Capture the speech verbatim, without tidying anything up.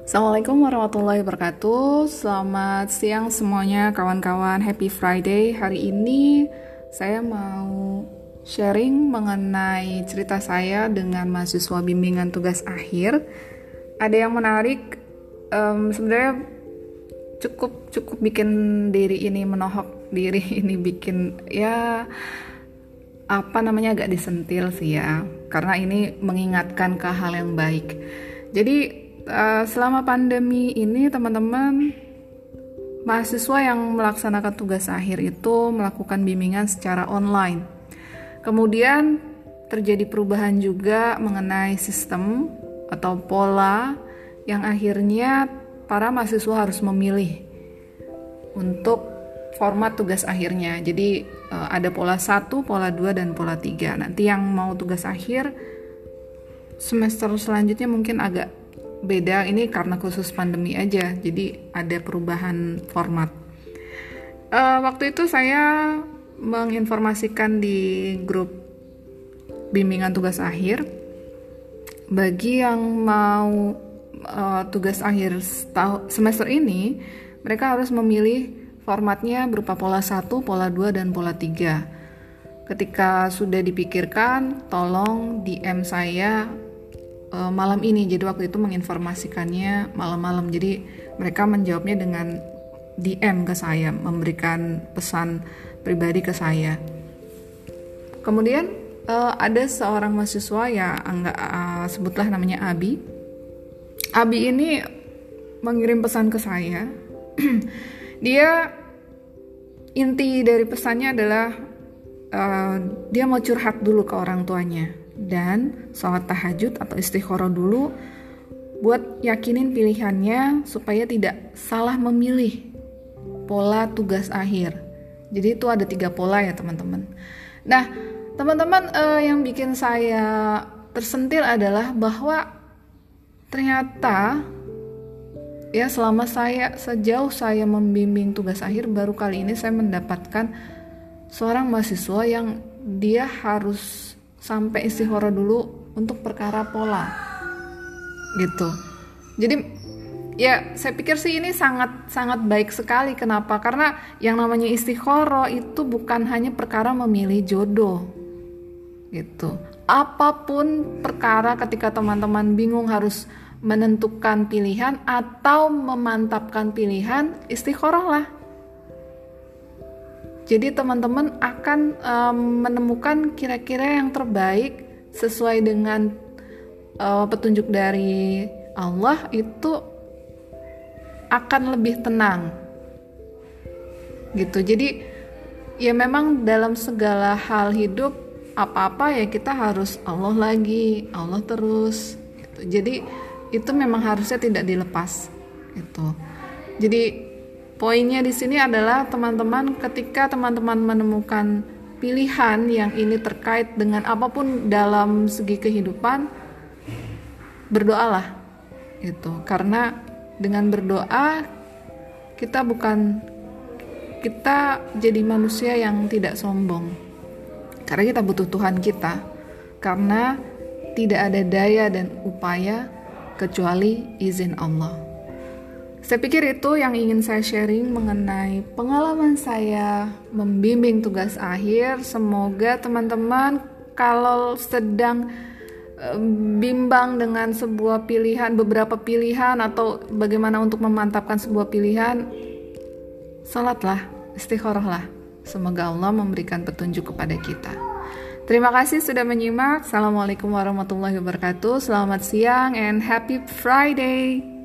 Assalamualaikum warahmatullahi wabarakatuh. Selamat siang semuanya kawan-kawan. Happy Friday. Hari ini saya mau sharing mengenai cerita saya dengan mahasiswa bimbingan tugas akhir. Ada yang menarik, um, sebenarnya cukup cukup bikin diri ini menohok, diri ini bikin ya apa namanya agak disentil sih ya, karena ini mengingatkan ke hal yang baik. Jadi Uh, selama pandemi ini teman-teman mahasiswa yang melaksanakan tugas akhir itu melakukan bimbingan secara online. Kemudian terjadi perubahan juga mengenai sistem atau pola yang akhirnya para mahasiswa harus memilih untuk format tugas akhirnya. Jadi uh, ada pola satu, pola dua, dan pola tiga. Nanti yang mau tugas akhir semester selanjutnya mungkin agak beda, ini karena khusus pandemi aja, jadi ada perubahan format. Uh, waktu itu saya menginformasikan di grup bimbingan tugas akhir, bagi yang mau uh, tugas akhir semester ini, mereka harus memilih formatnya berupa pola satu, pola dua, dan pola tiga. Ketika sudah dipikirkan, tolong D M saya malam ini. Jadi waktu itu menginformasikannya malam-malam, jadi mereka menjawabnya dengan D M ke saya, memberikan pesan pribadi ke saya. Kemudian uh, ada seorang mahasiswa ya, enggak uh, sebutlah namanya Abi. Abi ini mengirim pesan ke saya. Dia inti dari pesannya adalah uh, dia mau curhat dulu ke orang tuanya dan sholat tahajud atau istikharah dulu buat yakinin pilihannya supaya tidak salah memilih pola tugas akhir. Jadi itu ada tiga pola ya teman-teman. Nah teman-teman, eh, yang bikin saya tersentil adalah bahwa ternyata ya selama saya sejauh saya membimbing tugas akhir, baru kali ini saya mendapatkan seorang mahasiswa yang dia harus sampai istikharah dulu untuk perkara pola gitu. Jadi ya saya pikir sih ini sangat sangat baik sekali. Kenapa? Karena yang namanya istikharah itu bukan hanya perkara memilih jodoh gitu. Apapun perkara, ketika teman-teman bingung harus menentukan pilihan atau memantapkan pilihan, istikharah lah. Jadi teman-teman akan um, menemukan kira-kira yang terbaik sesuai dengan uh, petunjuk dari Allah, itu akan lebih tenang gitu. Jadi ya memang dalam segala hal hidup, apa-apa ya kita harus Allah lagi, Allah terus gitu. Jadi itu memang harusnya tidak dilepas gitu. Jadi poinnya di sini adalah teman-teman, ketika teman-teman menemukan pilihan yang ini terkait dengan apapun dalam segi kehidupan, berdoalah gitu. Karena dengan berdoa kita bukan kita jadi manusia yang tidak sombong. Karena kita butuh Tuhan kita. Karena tidak ada daya dan upaya kecuali izin Allah. Saya pikir itu yang ingin saya sharing mengenai pengalaman saya membimbing tugas akhir. Semoga teman-teman kalau sedang bimbang dengan sebuah pilihan, beberapa pilihan, atau bagaimana untuk memantapkan sebuah pilihan, salatlah, istikharahlah. Semoga Allah memberikan petunjuk kepada kita. Terima kasih sudah menyimak. Assalamualaikum warahmatullahi wabarakatuh. Selamat siang and happy Friday.